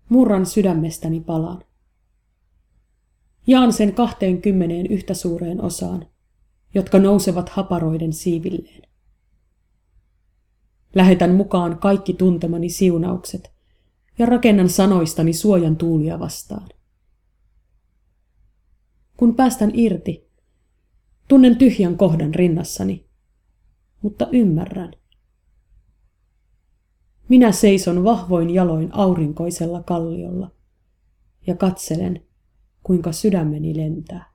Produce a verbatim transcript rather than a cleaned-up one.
Murran sydämestäni palan. Jaan sen kahteenkymmeneen yhtä suureen osaan, jotka nousevat haparoiden siivilleen. Lähetän mukaan kaikki tuntemani siunaukset ja rakennan sanoistani suojan tuulia vastaan. Kun päästän irti, tunnen tyhjän kohdan rinnassani, mutta ymmärrän. Minä seison vahvoin jaloin aurinkoisella kalliolla ja katselen, kuinka sydämeni lentää.